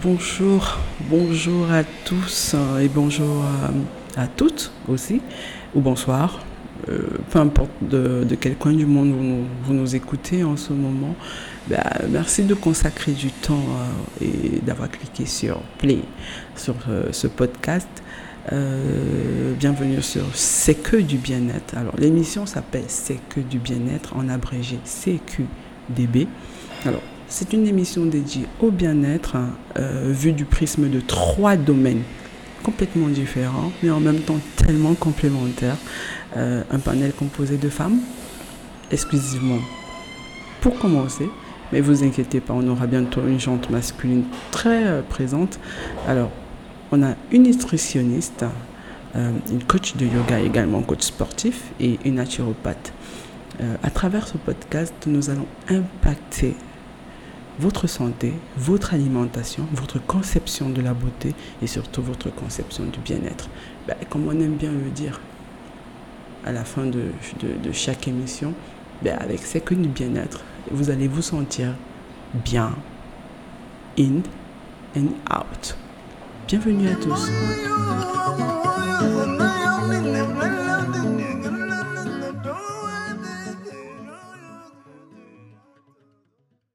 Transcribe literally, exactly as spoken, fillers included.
bonjour, bonjour à tous euh, et bonjour à, à toutes aussi, ou bonsoir, euh, peu importe de, de quel coin du monde vous nous, vous nous écoutez en ce moment. Bah, merci de consacrer du temps euh, et d'avoir cliqué sur Play sur euh, ce podcast. Euh, bienvenue sur C'est que du bien-être. Alors l'émission s'appelle C'est que du bien-être, en abrégé C Q D B. Alors c'est une émission dédiée au bien-être, hein, euh, vue du prisme de trois domaines complètement différents, mais en même temps tellement complémentaires. Euh, un panel composé de femmes, exclusivement pour commencer, mais vous inquiétez pas, on aura bientôt une jante masculine très euh, présente. Alors, on a une nutritionniste, euh, une coach de yoga également, coach sportif, et une naturopathe. Euh, à travers ce podcast, nous allons impacter votre santé, votre alimentation, votre conception de la beauté et surtout votre conception du bien-être. Ben, comme on aime bien le dire à la fin de, de, de chaque émission, ben, avec C'est que du bien-être, vous allez vous sentir bien, in and out. Bienvenue à tous.